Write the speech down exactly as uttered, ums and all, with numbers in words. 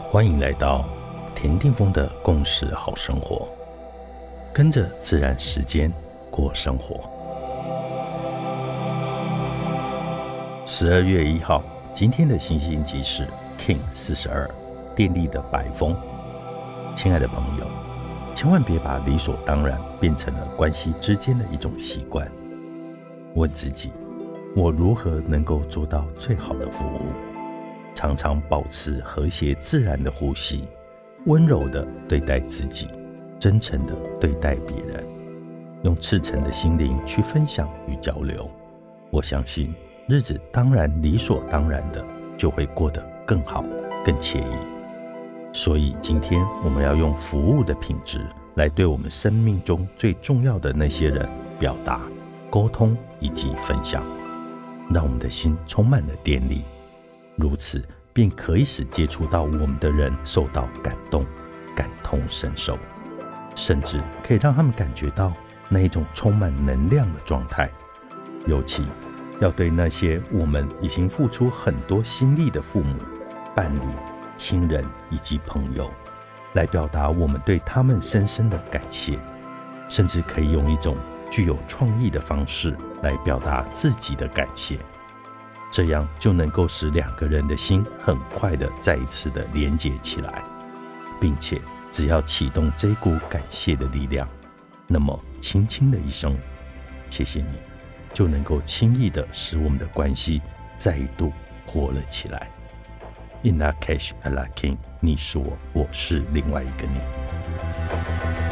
欢迎来到田定峰的共识好生活，跟着自然时间过生活。十二月一号，今天的星星即是 King 四十二，电力的白风。亲爱的朋友，千万别把理所当然变成了关系之间的一种习惯。问自己，我如何能够做到最好的服务？常常保持和谐自然的呼吸，温柔地对待自己，真诚地对待别人，用赤诚的心灵去分享与交流。我相信日子当然理所当然的就会过得更好更惬意。所以今天我们要用服务的品质来对我们生命中最重要的那些人表达、沟通以及分享，让我们的心充满了电力，如此便可以使接触到我们的人受到感动、感同身受，甚至可以让他们感觉到那一种充满能量的状态。尤其要对那些我们已经付出很多心力的父母、伴侣、亲人以及朋友，来表达我们对他们深深的感谢，甚至可以用一种具有创意的方式来表达自己的感谢。这样就能够使两个人的心很快的再一次的连接起来，并且只要启动这股感谢的力量，那么轻轻的一声谢谢你，就能够轻易的使我们的关系再度活了起来。 In Lak'ech Ala K'in， 你是我，我是另外一个你。